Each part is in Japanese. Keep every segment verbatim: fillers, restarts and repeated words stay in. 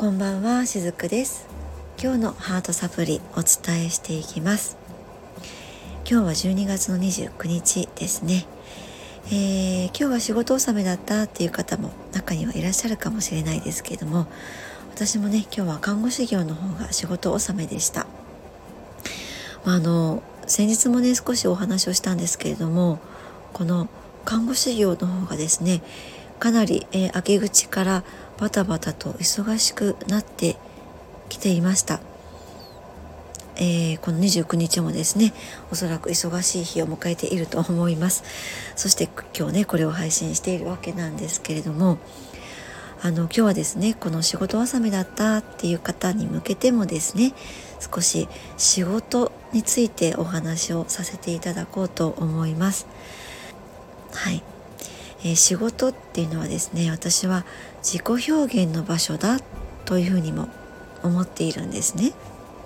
こんばんは、しずくです。今日のハートサプリお伝えしていきます。今日はじゅうにがつのにじゅうくにちですね。えー、今日は仕事納めだったっていう方も中にはいらっしゃるかもしれないですけれども、私もね今日は看護師業の方が仕事納めでした。あの先日もね少しお話をしたんですけれども、この看護師業の方がですねかなり、えー、明け口からバタバタと忙しくなってきていました。えー、このにじゅうくにちもですねおそらく忙しい日を迎えていると思います。そして今日ねこれを配信しているわけなんですけれども、あの今日はですねこの仕事納めだったっていう方に向けてもですね少し仕事についてお話をさせていただこうと思います。はい、えー、仕事っていうのはですね、私は自己表現の場所だというふうにも思っているんですね。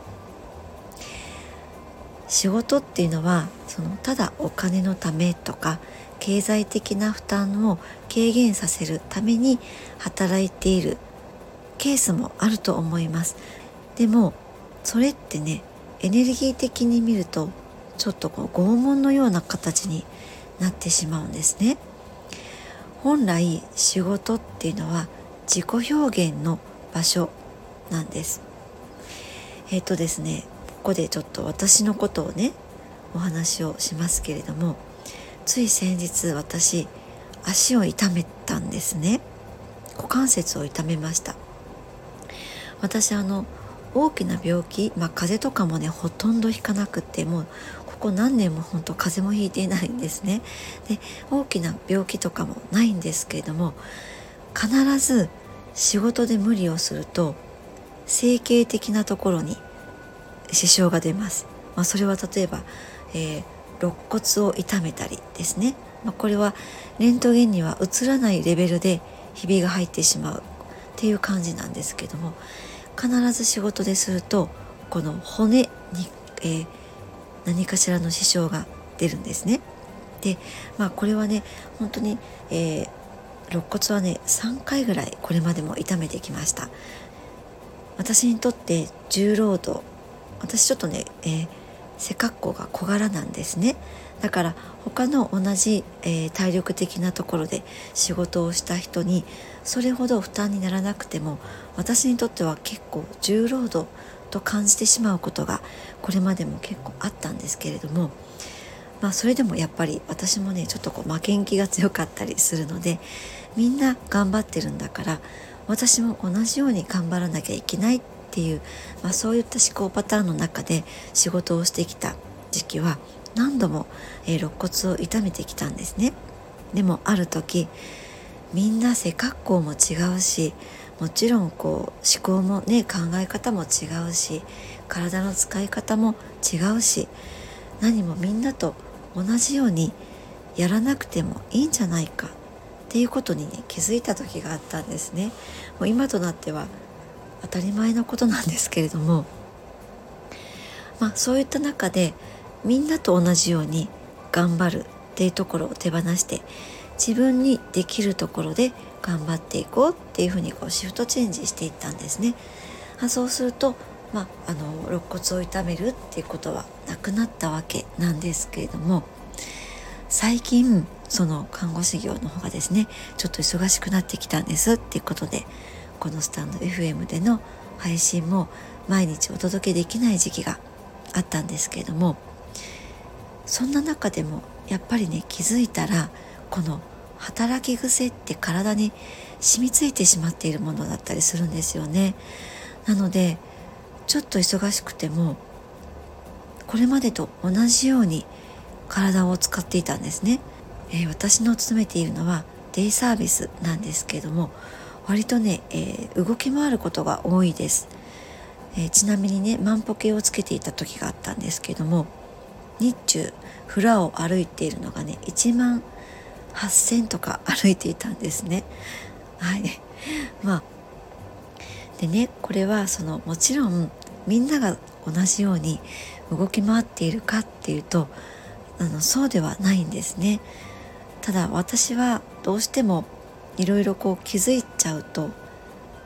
仕事っていうのはそのただお金のためとか経済的な負担を軽減させるために働いているケースもあると思います。でもそれってねエネルギー的に見るとちょっとこう拷問のような形になってしまうんですね。本来仕事っていうのは自己表現の場所なんです。えっとですねここでちょっと私のことをねお話をしますけれども、つい先日私足を痛めたんですね。股関節を痛めました。私あの大きな病気、まあ、風邪とかもねほとんどひかなくって、もうここ何年も本当風邪もひいていないんですね。で大きな病気とかもないんですけれども、必ず仕事で無理をすると整形的なところに支障が出ます。まあ、それは例えば、えー、肋骨を痛めたりですね、まあ、これはレントゲンには映らないレベルでひびが入ってしまうっていう感じなんですけども、必ず仕事でするとこの骨に、えー、何かしらの支障が出るんですね。で、まあ、これはね本当に、えー、肋骨はねさんかいぐらいこれまでも痛めてきました。私にとって重労働、私ちょっとね、えー、背格好が小柄なんですね。だから他の同じ、えー、体力的なところで仕事をした人にそれほど負担にならなくても、私にとっては結構重労働と感じてしまうことがこれまでも結構あったんですけれども、まあそれでもやっぱり私もねちょっとこう負けん気が強かったりするので、みんな頑張ってるんだから私も同じように頑張らなきゃいけないっていう、まあ、そういった思考パターンの中で仕事をしてきた時期は何度も、えー、肋骨を痛めてきたんですね。でもある時みんな背格好も違うし、もちろんこう思考もね考え方も違うし、体の使い方も違うし、何もみんなと同じようにやらなくてもいいんじゃないかっていうことにね気づいた時があったんですね。もう今となっては当たり前のことなんですけれども、まあそういった中でみんなと同じように頑張るっていうところを手放して、自分にできるところで頑張っていこうっていうふうにこうシフトチェンジしていったんですね。あそうすると、まあ、あの肋骨を痛めるっていうことはなくなったわけなんですけれども、最近その看護師業の方がですねちょっと忙しくなってきたんですっていうことで、このスタンド エフエム での配信も毎日お届けできない時期があったんですけれども、そんな中でもやっぱりね気づいたらこの働き癖って体に染みついてしまっているものだったりするんですよね。なのでちょっと忙しくてもこれまでと同じように体を使っていたんですね。えー、私の勤めているのはデイサービスなんですけれども、割とね、えー、動き回ることが多いです。えー、ちなみにね万歩計をつけていた時があったんですけども、日中フラを歩いているのがねいちまんはっせんとか歩いていたんですね。はいまあでねこれはそのもちろんみんなが同じように動き回っているかっていうとあのそうではないんですね。ただ私はどうしてもいろいろこう気づいちゃうと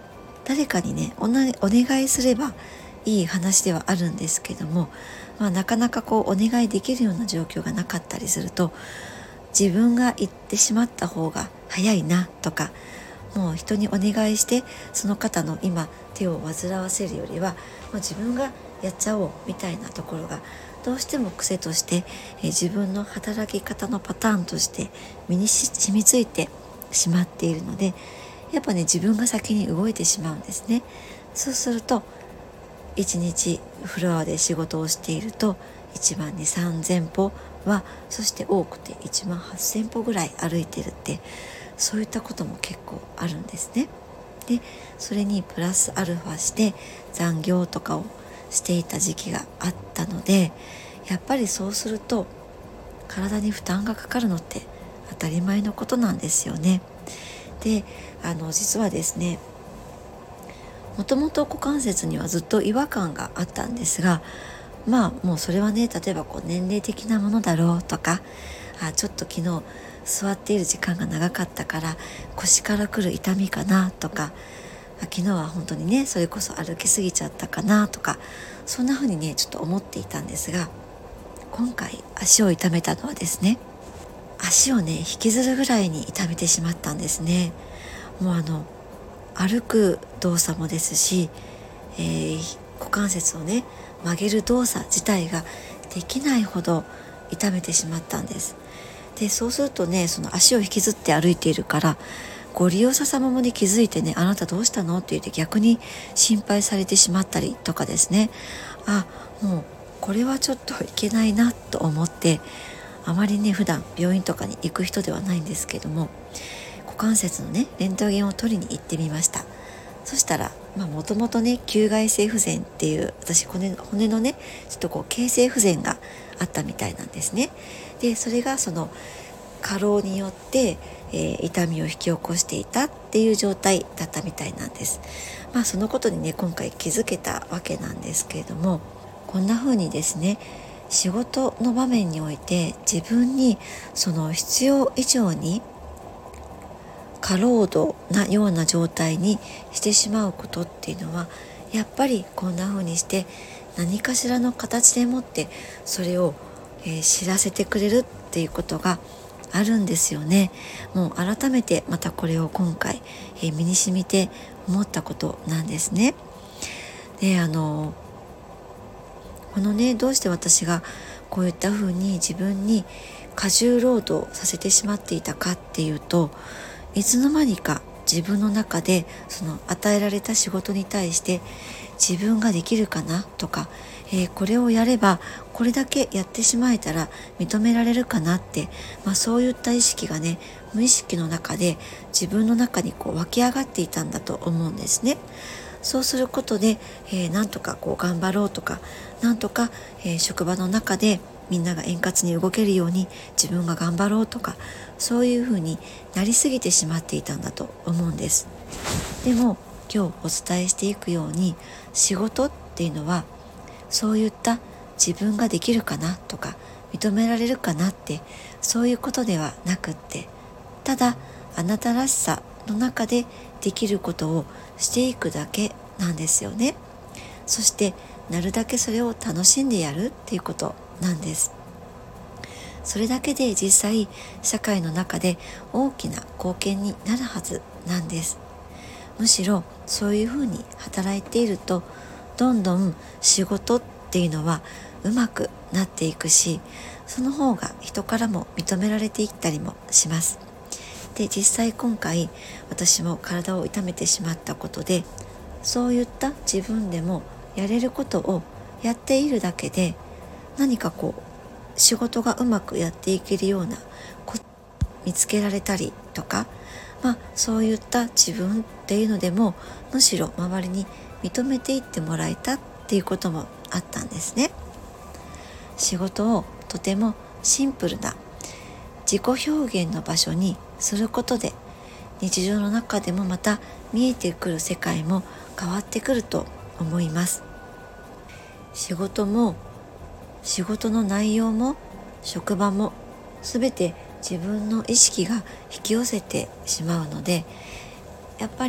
誰かにねおなお願いすればいい話ではあるんですけども、まあ、なかなかこうお願いできるような状況がなかったりすると、自分が行ってしまった方が早いなとか、もう人にお願いしてその方の今手を煩わせるよりは、もう自分がやっちゃおうみたいなところがどうしても癖として、え自分の働き方のパターンとして身に染みついてしまっているので、やっぱね自分が先に動いてしまうんですね。そうするといちにちフロアで仕事をしているといちまんにせんさんぜんぽは、そして多くていちまんはっせんぽぐらい歩いてるって、そういったことも結構あるんですね。でそれにプラスアルファして残業とかをしていた時期があったので、やっぱりそうすると体に負担がかかるのって当たり前のことなんですよね。であの実はですね、もともと股関節にはずっと違和感があったんですが、まあもうそれはね、例えばこう年齢的なものだろうとか、あちょっと昨日座っている時間が長かったから腰からくる痛みかなとか、昨日は本当にねそれこそ歩きすぎちゃったかなとか、そんな風にねちょっと思っていたんですが、今回足を痛めたのはですね、足をね引きずるぐらいに痛めてしまったんですね。もうあの歩く動作もですし、えー、股関節をね曲げる動作自体ができないほど痛めてしまったんです。でそうするとね、その足を引きずって歩いているから、ご利用者様もね気づいてね、あなたどうしたのって言って逆に心配されてしまったりとかですね、あもうこれはちょっといけないなと思って、あまりね普段病院とかに行く人ではないんですけども、股関節のねレントゲンを取りに行ってみました。そしたらもともとね球外性不全っていう、私骨の、骨のねちょっとこう形成不全があったみたいなんですね。でそれがその過労によって、えー、痛みを引き起こしていたっていう状態だったみたいなんです。まあそのことにね今回気づけたわけなんですけれども、こんな風にですね、仕事の場面において自分にその必要以上に過労働なような状態にしてしまうことっていうのは、やっぱりこんな風にして何かしらの形でもってそれを、えー、知らせてくれるっていうことがあるんですよね。もう改めてまたこれを今回、えー、身に染みて思ったことなんですね。であのこのねどうして私がこういった風に自分に過重労働させてしまっていたかっていうと、いつの間にか自分の中でその与えられた仕事に対して自分ができるかなとか、えー、これをやればこれだけやってしまえたら認められるかなって、まあ、そういった意識がね無意識の中で自分の中にこう湧き上がっていたんだと思うんですね。そうすることで、えー、なんとかこう頑張ろうとか、なんとか、えー、職場の中でみんなが円滑に動けるように自分が頑張ろうとか、そういう風になりすぎてしまっていたんだと思うんです。でも今日お伝えしていくように、仕事っていうのはそういった自分ができるかなとか認められるかなって、そういうことではなくって、ただあなたらしさの中でできることをしていくだけなんですよね。そしてなるだけそれを楽しんでやるっていうことなんです。それだけで実際社会の中で大きな貢献になるはずなんです。むしろそういうふうに働いていると、どんどん仕事っていうのはうまくなっていくし、その方が人からも認められていったりもします。で実際今回私も体を痛めてしまったことで、そういった自分でもやれることをやっているだけで、何かこう仕事がうまくやっていけるようなこ見つけられたりとか、まあそういった自分っていうのでもむしろ周りに認めていってもらえたっていうこともあったんですね。仕事をとてもシンプルな自己表現の場所にすることで、日常の中でもまた見えてくる世界も変わってくると思います。仕事も仕事の内容も職場もすべて自分の意識が引き寄せてしまうので、やっぱり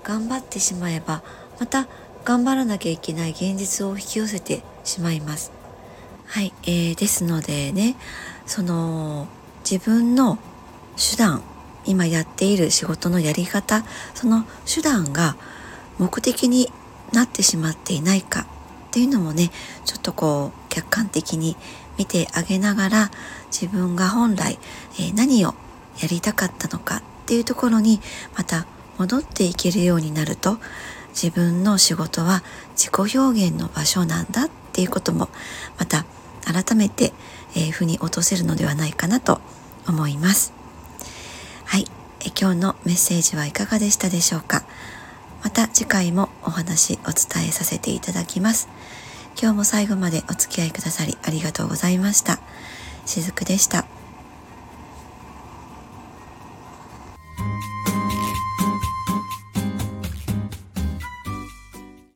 頑張ってしまえばまた頑張らなきゃいけない現実を引き寄せてしまいます。はい、えー、ですのでね、その自分の手段、今やっている仕事のやり方、その手段が目的になってしまっていないかっていうのもね、ちょっとこう客観的に見てあげながら、自分が本来、えー、何をやりたかったのかっていうところにまた戻っていけるようになると、自分の仕事は自己表現の場所なんだっていうこともまた改めて、えー、腑に落とせるのではないかなと思います。はい、え今日のメッセージはいかがでしたでしょうか。また次回もお話お伝えさせていただきます。今日も最後までお付き合いくださりありがとうございました。しずくでした。